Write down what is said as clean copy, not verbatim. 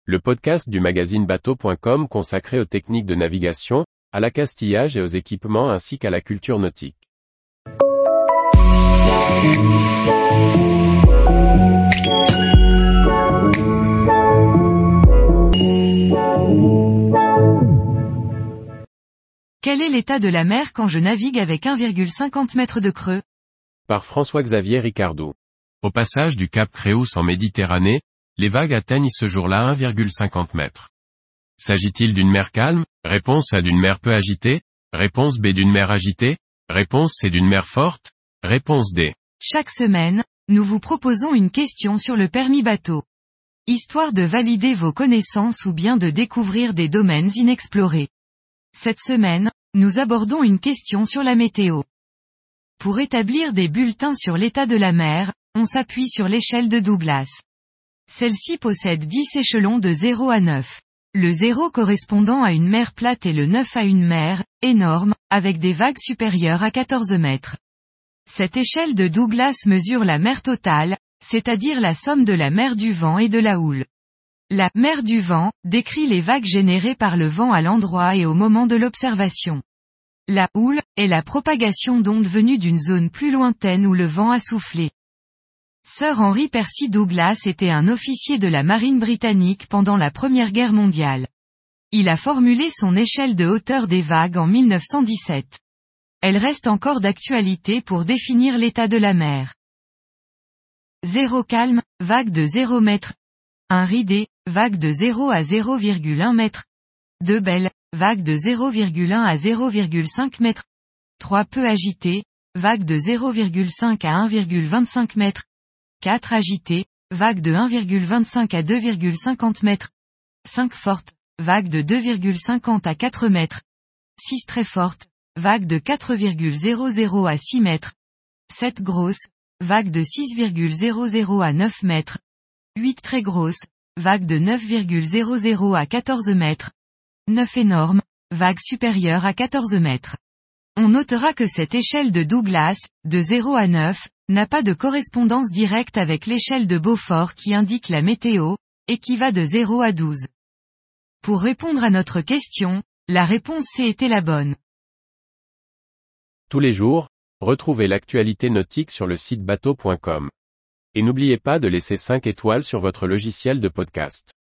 le podcast du magazine bateau.com consacré aux techniques de navigation, à l'accastillage et aux équipements ainsi qu'à la culture nautique. Quel est l'état de la mer quand je navigue avec 1,50 m de creux? Par François-Xavier Ricardou. Au passage du Cap Créus en Méditerranée, les vagues atteignent ce jour-là 1,50 m. S'agit-il d'une mer calme? Réponse A d'une mer peu agitée. Réponse B d'une mer agitée. Réponse C d'une mer forte. Réponse D. Chaque semaine, nous vous proposons une question sur le permis bateau. Histoire de valider vos connaissances ou bien de découvrir des domaines inexplorés. Cette semaine, nous abordons une question sur la météo. Pour établir des bulletins sur l'état de la mer, on s'appuie sur l'échelle de Douglas. Celle-ci possède 10 échelons de 0 à 9. Le 0 correspondant à une mer plate et le 9 à une mer, énorme, avec des vagues supérieures à 14 mètres. Cette échelle de Douglas mesure la mer totale, c'est-à-dire la somme de la mer du vent et de la houle. La mer du vent décrit les vagues générées par le vent à l'endroit et au moment de l'observation. La houle est la propagation d'ondes venues d'une zone plus lointaine où le vent a soufflé. Sir Henry Percy Douglas était un officier de la marine britannique pendant la Première Guerre mondiale. Il a formulé son échelle de hauteur des vagues en 1917. Elle reste encore d'actualité pour définir l'état de la mer. 0 calme, vague de 0 m. 1 ridé, vague de 0 à 0,1 m. 2 belle, vague de 0,1 à 0,5 m. 3 peu agité, vague de 0,5 à 1,25 m. 4 agité, vague de 1,25 à 2,50 m. 5 forte, vague de 2,50 à 4 m. 6 très forte, vague de 4,00 à 6 m. 7 grosse, vague de 6,00 à 9 m. 8 très grosse, vague de 9,00 à 14 m. 9 énorme, vague supérieure à 14 m. On notera que cette échelle de Douglas, de 0 à 9, n'a pas de correspondance directe avec l'échelle de Beaufort qui indique la météo, et qui va de 0 à 12. Pour répondre à notre question, la réponse C était la bonne. Tous les jours, retrouvez l'actualité nautique sur le site bateau.com. Et n'oubliez pas de laisser 5 étoiles sur votre logiciel de podcast.